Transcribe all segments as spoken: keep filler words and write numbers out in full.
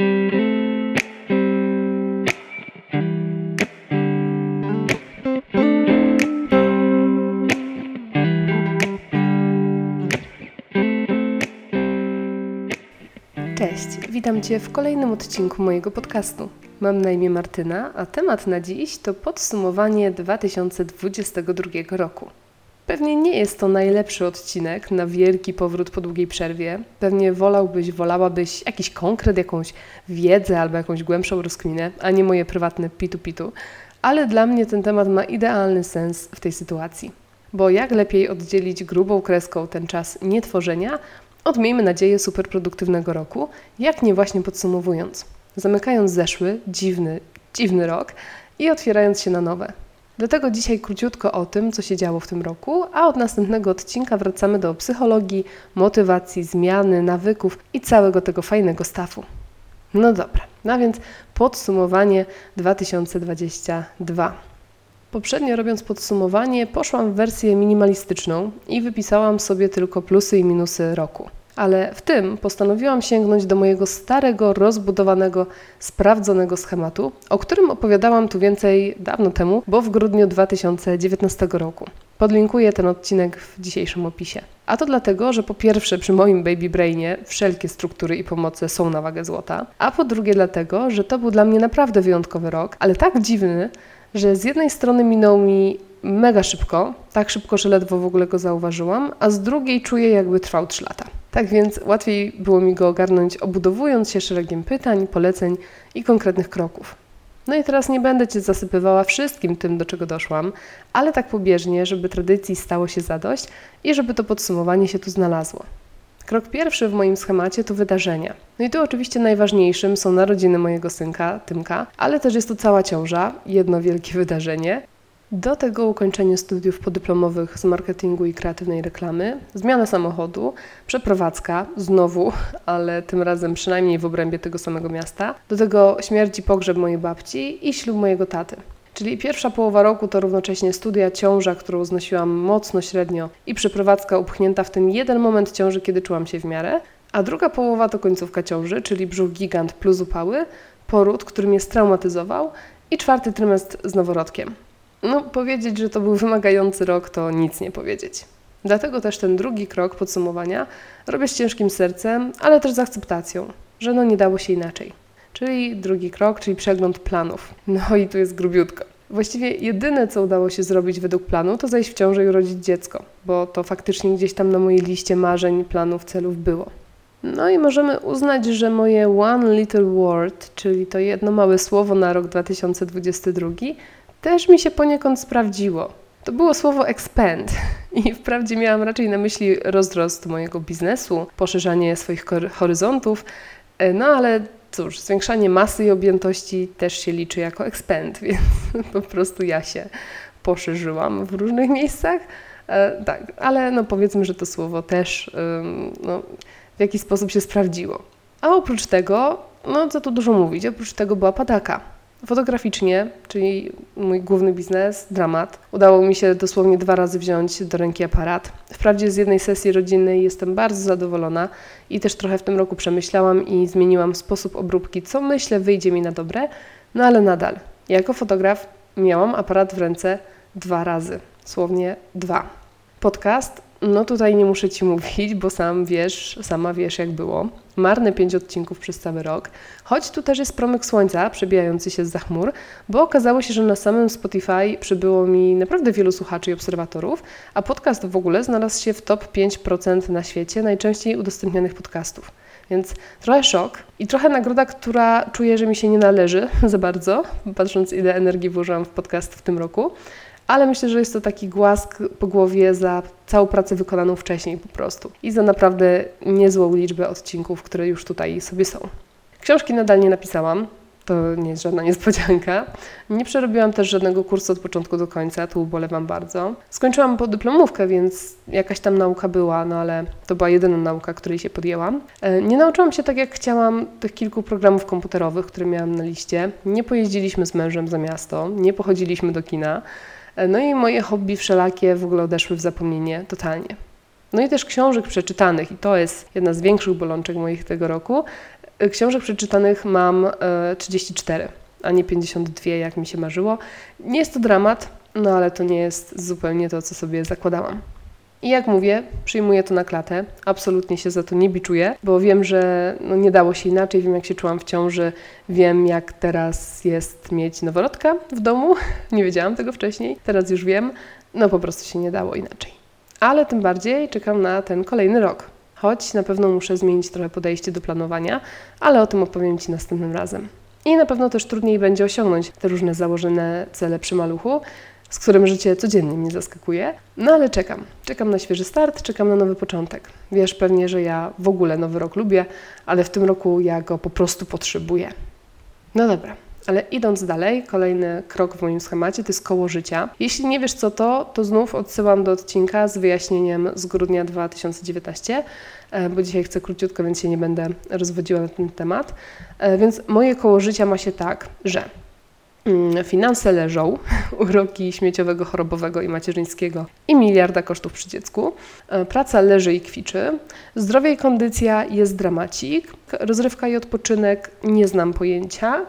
Cześć, witam Cię w kolejnym odcinku mojego podcastu. Mam na imię Martyna, a temat na dziś to podsumowanie dwa tysiące dwudziestego drugiego roku. Pewnie nie jest to najlepszy odcinek na wielki powrót po długiej przerwie. Pewnie wolałbyś, wolałabyś jakiś konkret, jakąś wiedzę albo jakąś głębszą rozkminę, a nie moje prywatne pitu-pitu. Ale dla mnie ten temat ma idealny sens w tej sytuacji. Bo jak lepiej oddzielić grubą kreską ten czas nietworzenia od, miejmy nadzieję, superproduktywnego roku, jak nie właśnie podsumowując, zamykając zeszły, dziwny, dziwny rok i otwierając się na nowe. Dlatego dzisiaj króciutko o tym, co się działo w tym roku, a od następnego odcinka wracamy do psychologii, motywacji, zmiany, nawyków i całego tego fajnego staffu. No dobra, no więc podsumowanie dwa tysiące dwudziestego drugiego. Poprzednio robiąc podsumowanie, poszłam w wersję minimalistyczną i wypisałam sobie tylko plusy i minusy roku. Ale w tym postanowiłam sięgnąć do mojego starego, rozbudowanego, sprawdzonego schematu, o którym opowiadałam tu więcej dawno temu, bo w grudniu dwa tysiące dziewiętnastego roku. Podlinkuję ten odcinek w dzisiejszym opisie. A to dlatego, że po pierwsze przy moim baby brainie wszelkie struktury i pomoce są na wagę złota, a po drugie dlatego, że to był dla mnie naprawdę wyjątkowy rok, ale tak dziwny, że z jednej strony minął mi mega szybko, tak szybko, że ledwo w ogóle go zauważyłam, a z drugiej czuję, jakby trwał trzy lata. Tak więc łatwiej było mi go ogarnąć, obudowując się szeregiem pytań, poleceń i konkretnych kroków. No i teraz nie będę Cię zasypywała wszystkim tym, do czego doszłam, ale tak pobieżnie, żeby tradycji stało się zadość i żeby to podsumowanie się tu znalazło. Krok pierwszy w moim schemacie to wydarzenia. No i tu oczywiście najważniejszym są narodziny mojego synka, Tymka, ale też jest to cała ciąża, jedno wielkie wydarzenie. Do tego ukończenie studiów podyplomowych z marketingu i kreatywnej reklamy, zmiana samochodu, przeprowadzka, znowu, ale tym razem przynajmniej w obrębie tego samego miasta, do tego śmierć i pogrzeb mojej babci i ślub mojego taty. Czyli pierwsza połowa roku to równocześnie studia, ciąża, którą znosiłam mocno, średnio i przeprowadzka upchnięta w ten jeden moment ciąży, kiedy czułam się w miarę, a druga połowa to końcówka ciąży, czyli brzuch gigant plus upały, poród, który mnie straumatyzował i czwarty trymestr z noworodkiem. No, powiedzieć, że to był wymagający rok, to nic nie powiedzieć. Dlatego też ten drugi krok podsumowania robię z ciężkim sercem, ale też z akceptacją, że no nie dało się inaczej. Czyli drugi krok, czyli przegląd planów. No i tu jest grubiutko. Właściwie jedyne, co udało się zrobić według planu, to zajść w ciążę i urodzić dziecko, bo to faktycznie gdzieś tam na mojej liście marzeń, planów, celów było. No i możemy uznać, że moje one little word, czyli to jedno małe słowo na rok dwa tysiące dwudziesty drugi, też mi się poniekąd sprawdziło. To było słowo expand i wprawdzie miałam raczej na myśli rozrost mojego biznesu, poszerzanie swoich horyzontów, no ale cóż, zwiększanie masy i objętości też się liczy jako expand, więc po prostu ja się poszerzyłam w różnych miejscach. E, tak, ale no powiedzmy, że to słowo też ym, no, w jakiś sposób się sprawdziło. A oprócz tego, no co tu dużo mówić, oprócz tego była padaka. Fotograficznie, czyli mój główny biznes, dramat. Udało mi się dosłownie dwa razy wziąć do ręki aparat. Wprawdzie z jednej sesji rodzinnej jestem bardzo zadowolona i też trochę w tym roku przemyślałam i zmieniłam sposób obróbki, co myślę wyjdzie mi na dobre, no ale nadal. Jako fotograf miałam aparat w ręce dwa razy, słownie dwa. Podcast, no tutaj nie muszę Ci mówić, bo sam wiesz, sama wiesz jak było. Marne pięć odcinków przez cały rok, choć tu też jest promyk słońca przebijający się zza chmur, bo okazało się, że na samym Spotify przybyło mi naprawdę wielu słuchaczy i obserwatorów, a podcast w ogóle znalazł się w top pięć procent na świecie najczęściej udostępnianych podcastów. Więc trochę szok i trochę nagroda, która czuję, że mi się nie należy za bardzo, patrząc ile energii włożyłam w podcast w tym roku. Ale myślę, że jest to taki głask po głowie za całą pracę wykonaną wcześniej po prostu i za naprawdę niezłą liczbę odcinków, które już tutaj sobie są. Książki nadal nie napisałam, to nie jest żadna niespodzianka. Nie przerobiłam też żadnego kursu od początku do końca, tu ubolewam bardzo. Skończyłam podyplomówkę, więc jakaś tam nauka była, no ale to była jedyna nauka, której się podjęłam. Nie nauczyłam się tak jak chciałam tych kilku programów komputerowych, które miałam na liście. Nie pojeździliśmy z mężem za miasto, nie pochodziliśmy do kina. No i moje hobby wszelakie w ogóle odeszły w zapomnienie totalnie. No i też książek przeczytanych, i to jest jedna z większych bolączek moich tego roku, Książek przeczytanych mam trzydzieści cztery, a nie pięćdziesiąt dwa, jak mi się marzyło. Nie jest to dramat, no ale to nie jest zupełnie to, co sobie zakładałam. I jak mówię, przyjmuję to na klatę, absolutnie się za to nie biczuję, bo wiem, że no nie dało się inaczej, wiem jak się czułam w ciąży, wiem jak teraz jest mieć noworodka w domu, nie wiedziałam tego wcześniej, teraz już wiem, no po prostu się nie dało inaczej. Ale tym bardziej czekam na ten kolejny rok, choć na pewno muszę zmienić trochę podejście do planowania, ale o tym opowiem Ci następnym razem. I na pewno też trudniej będzie osiągnąć te różne założone cele przy maluchu, z którym życie codziennie mnie zaskakuje. No ale czekam. Czekam na świeży start, czekam na nowy początek. Wiesz pewnie, że ja w ogóle nowy rok lubię, ale w tym roku ja go po prostu potrzebuję. No dobra, ale idąc dalej, kolejny krok w moim schemacie to jest koło życia. Jeśli nie wiesz co to, to znów odsyłam do odcinka z wyjaśnieniem z grudnia dwa tysiące dziewiętnastego, bo dzisiaj chcę króciutko, więc się nie będę rozwodziła na ten temat. Więc moje koło życia ma się tak, że finanse leżą, uroki śmieciowego, chorobowego i macierzyńskiego i miliarda kosztów przy dziecku. Praca leży i kwiczy. Zdrowie i kondycja jest dramacik. Rozrywka i odpoczynek nie znam pojęcia,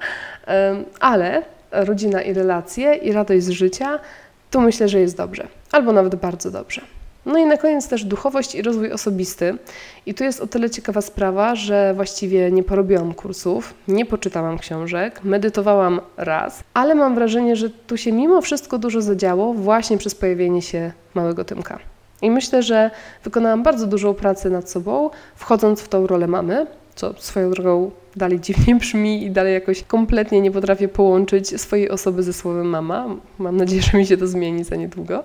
ale rodzina i relacje i radość z życia to myślę, że jest dobrze. Albo nawet bardzo dobrze. No i na koniec też duchowość i rozwój osobisty. I tu jest o tyle ciekawa sprawa, że właściwie nie porobiłam kursów, nie poczytałam książek, medytowałam raz, ale mam wrażenie, że tu się mimo wszystko dużo zadziało właśnie przez pojawienie się małego Tymka. I myślę, że wykonałam bardzo dużą pracę nad sobą, wchodząc w tą rolę mamy, co swoją drogą dalej dziwnie brzmi i dalej jakoś kompletnie nie potrafię połączyć swojej osoby ze słowem mama. Mam nadzieję, że mi się to zmieni za niedługo.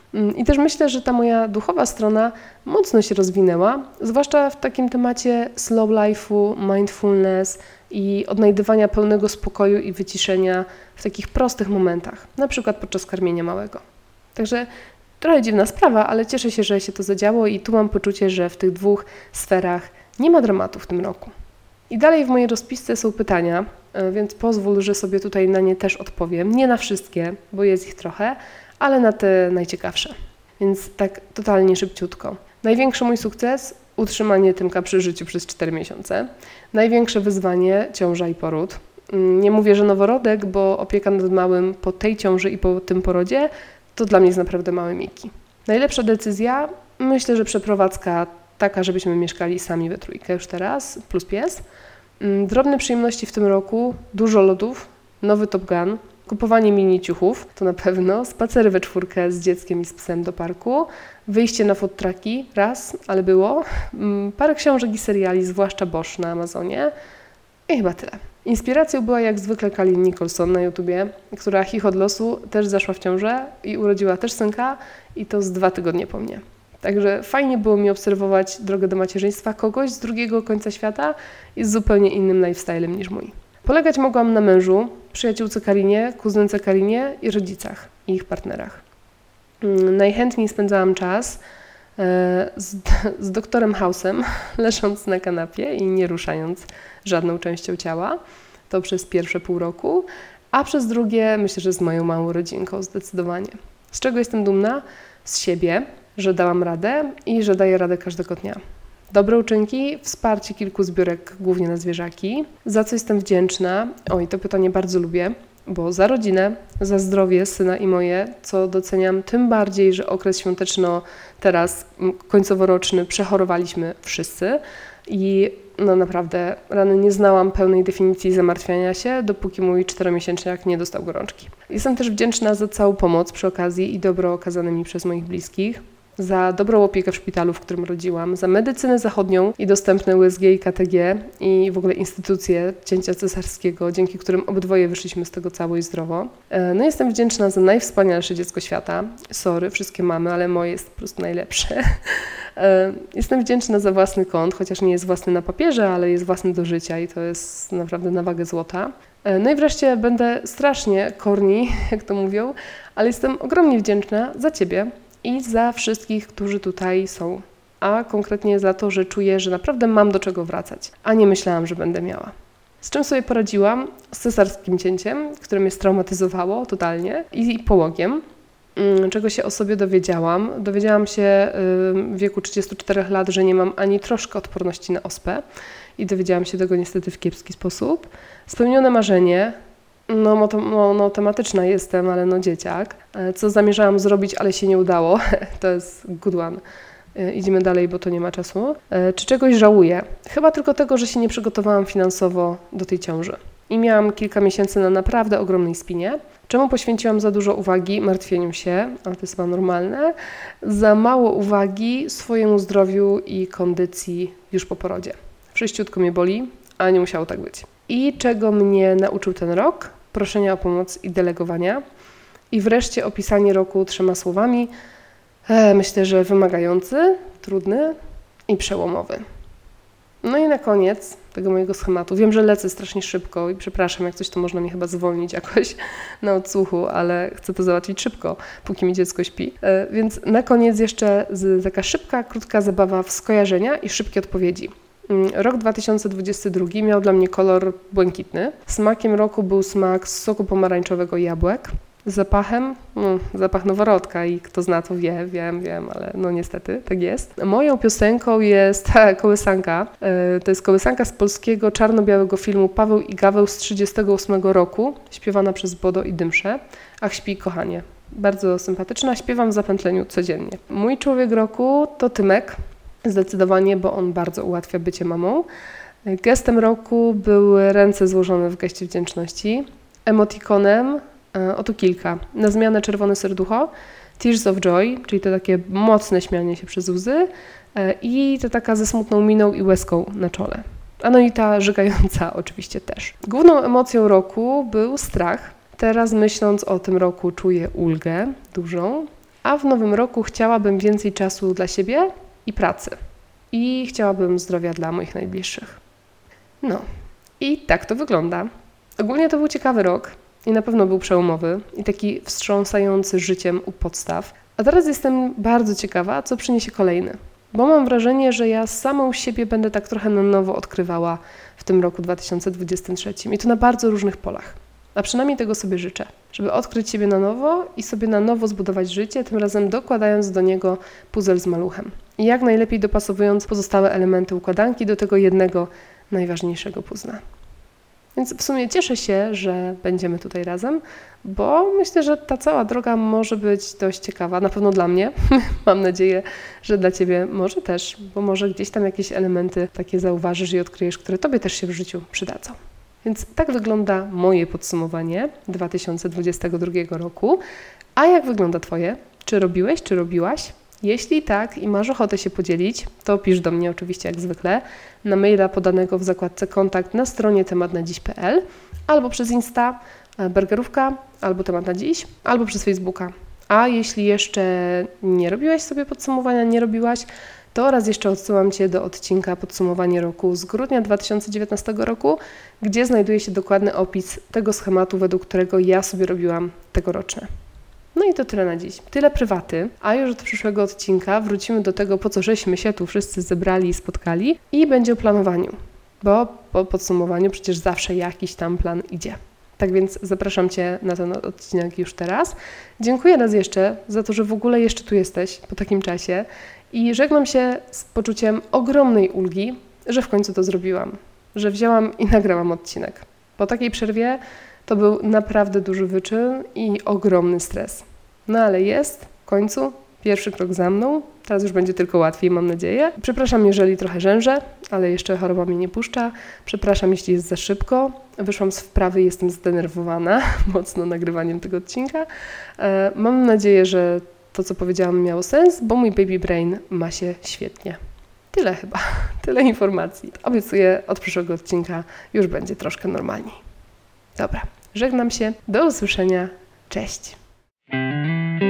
I też myślę, że ta moja duchowa strona mocno się rozwinęła, zwłaszcza w takim temacie slow life'u, mindfulness i odnajdywania pełnego spokoju i wyciszenia w takich prostych momentach, na przykład podczas karmienia małego. Także trochę dziwna sprawa, ale cieszę się, że się to zadziało i tu mam poczucie, że w tych dwóch sferach nie ma dramatu w tym roku. I dalej w mojej rozpisce są pytania, więc pozwól, że sobie tutaj na nie też odpowiem. Nie na wszystkie, bo jest ich trochę, ale na te najciekawsze. Więc tak totalnie szybciutko. Największy mój sukces – utrzymanie Tymka przy życiu przez cztery miesiące. Największe wyzwanie – ciąża i poród. Nie mówię, że noworodek, bo opieka nad małym po tej ciąży i po tym porodzie to dla mnie jest naprawdę małe miki. Najlepsza decyzja? Myślę, że przeprowadzka taka, żebyśmy mieszkali sami we trójkę już teraz, plus pies. Drobne przyjemności w tym roku, dużo lodów, nowy Top Gun, kupowanie mini ciuchów, to na pewno, spacery we czwórkę z dzieckiem i z psem do parku, wyjście na food trucki, raz, ale było, parę książek i seriali, zwłaszcza Bosch na Amazonie i chyba tyle. Inspiracją była jak zwykle Colleen Nicholson na YouTubie, która chichot losu też zaszła w ciążę i urodziła też synka i to z dwa tygodnie po mnie. Także fajnie było mi obserwować drogę do macierzyństwa kogoś z drugiego końca świata i z zupełnie innym lifestylem niż mój. Polegać mogłam na mężu, przyjaciółce Karinie, kuzynce Karinie i rodzicach i ich partnerach. Najchętniej spędzałam czas z, z doktorem House'em, leżąc na kanapie i nie ruszając żadną częścią ciała. To przez pierwsze pół roku, a przez drugie myślę, że z moją małą rodzinką zdecydowanie. Z czego jestem dumna? Z siebie, że dałam radę i że daję radę każdego dnia. Dobre uczynki, wsparcie kilku zbiórek, głównie na zwierzaki. Za co jestem wdzięczna? Oj, to pytanie bardzo lubię, bo za rodzinę, za zdrowie syna i moje, co doceniam tym bardziej, że okres świąteczno teraz końcoworoczny przechorowaliśmy wszyscy i no naprawdę rany nie znałam pełnej definicji zamartwiania się, dopóki mój czteromiesięczniak nie dostał gorączki. Jestem też wdzięczna za całą pomoc przy okazji i dobro okazane mi przez moich bliskich, za dobrą opiekę w szpitalu, w którym rodziłam, za medycynę zachodnią i dostępne U S G i K T G i w ogóle instytucje cięcia cesarskiego, dzięki którym obydwoje wyszliśmy z tego cało i zdrowo. No jestem wdzięczna za najwspanialsze dziecko świata. Sorry, wszystkie mamy, ale moje jest po prostu najlepsze. Jestem wdzięczna za własny kąt, chociaż nie jest własny na papierze, ale jest własny do życia i to jest naprawdę na wagę złota. No i wreszcie będę strasznie corny, jak to mówią, ale jestem ogromnie wdzięczna za Ciebie i za wszystkich, którzy tutaj są, a konkretnie za to, że czuję, że naprawdę mam do czego wracać, a nie myślałam, że będę miała. Z czym sobie poradziłam? Z cesarskim cięciem, które mnie straumatyzowało totalnie i połogiem, czego się o sobie dowiedziałam. Dowiedziałam się w wieku trzydziestu czterech lat, że nie mam ani troszkę odporności na ospę i dowiedziałam się tego niestety w kiepski sposób. Spełnione marzenie, no, moto, no, no tematyczna jestem, ale no dzieciak. Co zamierzałam zrobić, ale się nie udało, to jest good one. Idziemy dalej, bo to nie ma czasu. Czy czegoś żałuję? Chyba tylko tego, że się nie przygotowałam finansowo do tej ciąży. I miałam kilka miesięcy na naprawdę ogromnej spinie, czemu poświęciłam za dużo uwagi martwieniu się, ale to jest chyba normalne, za mało uwagi swojemu zdrowiu i kondycji już po porodzie. Wszyściutko mnie boli, a nie musiało tak być. I czego mnie nauczył ten rok? Proszenia o pomoc i delegowania. I wreszcie opisanie roku trzema słowami. E, myślę, że wymagający, trudny i przełomowy. No i na koniec tego mojego schematu. Wiem, że lecę strasznie szybko i przepraszam, jak coś to można mnie chyba zwolnić jakoś na odsłuchu, ale chcę to załatwić szybko, póki mi dziecko śpi. E, więc na koniec jeszcze z, taka szybka, krótka zabawa w skojarzenia i szybkie odpowiedzi. Rok dwa tysiące dwudziesty drugi miał dla mnie kolor błękitny. Smakiem roku był smak z soku pomarańczowego i jabłek. Zapachem, no, zapach noworodka i kto zna to wie, wiem, wiem, ale no niestety tak jest. Moją piosenką jest ta kołysanka. To jest kołysanka z polskiego czarno-białego filmu Paweł i Gaweł z trzydziestego ósmego roku, śpiewana przez Bodo i Dymszę. Ach, śpi kochanie. Bardzo sympatyczna, śpiewam w zapętleniu codziennie. Mój człowiek roku to Tymek, zdecydowanie, bo on bardzo ułatwia bycie mamą. Gestem roku były ręce złożone w geście wdzięczności. Emotikonem o tu kilka. Na zmianę czerwone serducho, Tears of Joy, czyli to takie mocne śmianie się przez łzy i to taka ze smutną miną i łezką na czole. A no i ta żygająca oczywiście też. Główną emocją roku był strach. Teraz myśląc o tym roku czuję ulgę dużą, a w nowym roku chciałabym więcej czasu dla siebie i pracy. I chciałabym zdrowia dla moich najbliższych. No i tak to wygląda. Ogólnie to był ciekawy rok. I na pewno był przełomowy i taki wstrząsający życiem u podstaw. A teraz jestem bardzo ciekawa, co przyniesie kolejny. Bo mam wrażenie, że ja samą siebie będę tak trochę na nowo odkrywała w tym roku dwa tysiące dwudziestym trzecim. I to na bardzo różnych polach. A przynajmniej tego sobie życzę. Żeby odkryć siebie na nowo i sobie na nowo zbudować życie, tym razem dokładając do niego puzzle z maluchem. I jak najlepiej dopasowując pozostałe elementy układanki do tego jednego najważniejszego puzzla. Więc w sumie cieszę się, że będziemy tutaj razem, bo myślę, że ta cała droga może być dość ciekawa, na pewno dla mnie. Mam nadzieję, że dla Ciebie może też, bo może gdzieś tam jakieś elementy takie zauważysz i odkryjesz, które Tobie też się w życiu przydadzą. Więc tak wygląda moje podsumowanie dwa tysiące dwudziestego drugiego roku. A jak wygląda Twoje? Czy robiłeś, czy robiłaś? Jeśli tak i masz ochotę się podzielić, to pisz do mnie oczywiście jak zwykle na maila podanego w zakładce kontakt na stronie temat na dziś kropka p l albo przez Insta Burgerówka, albo Temat na Dziś, albo przez Facebooka. A jeśli jeszcze nie robiłeś sobie podsumowania, nie robiłaś, to raz jeszcze odsyłam Cię do odcinka Podsumowanie roku z grudnia dwa tysiące dziewiętnastego roku, gdzie znajduje się dokładny opis tego schematu, według którego ja sobie robiłam tegoroczne. No i to tyle na dziś. Tyle prywaty, a już od przyszłego odcinka wrócimy do tego, po co żeśmy się tu wszyscy zebrali i spotkali i będzie o planowaniu, bo po podsumowaniu przecież zawsze jakiś tam plan idzie. Tak więc zapraszam Cię na ten odcinek już teraz. Dziękuję raz jeszcze za to, że w ogóle jeszcze tu jesteś po takim czasie i żegnam się z poczuciem ogromnej ulgi, że w końcu to zrobiłam, że wzięłam i nagrałam odcinek. Po takiej przerwie to był naprawdę duży wyczyn i ogromny stres. No ale jest, w końcu, pierwszy krok za mną. Teraz już będzie tylko łatwiej, mam nadzieję. Przepraszam, jeżeli trochę rzężę, ale jeszcze choroba mnie nie puszcza. Przepraszam, jeśli jest za szybko. Wyszłam z wprawy i jestem zdenerwowana mocno nagrywaniem tego odcinka. E, mam nadzieję, że to, co powiedziałam, miało sens, bo mój baby brain ma się świetnie. Tyle chyba, tyle informacji. Obiecuję, od przyszłego odcinka już będzie troszkę normalniej. Dobra, żegnam się, do usłyszenia, cześć!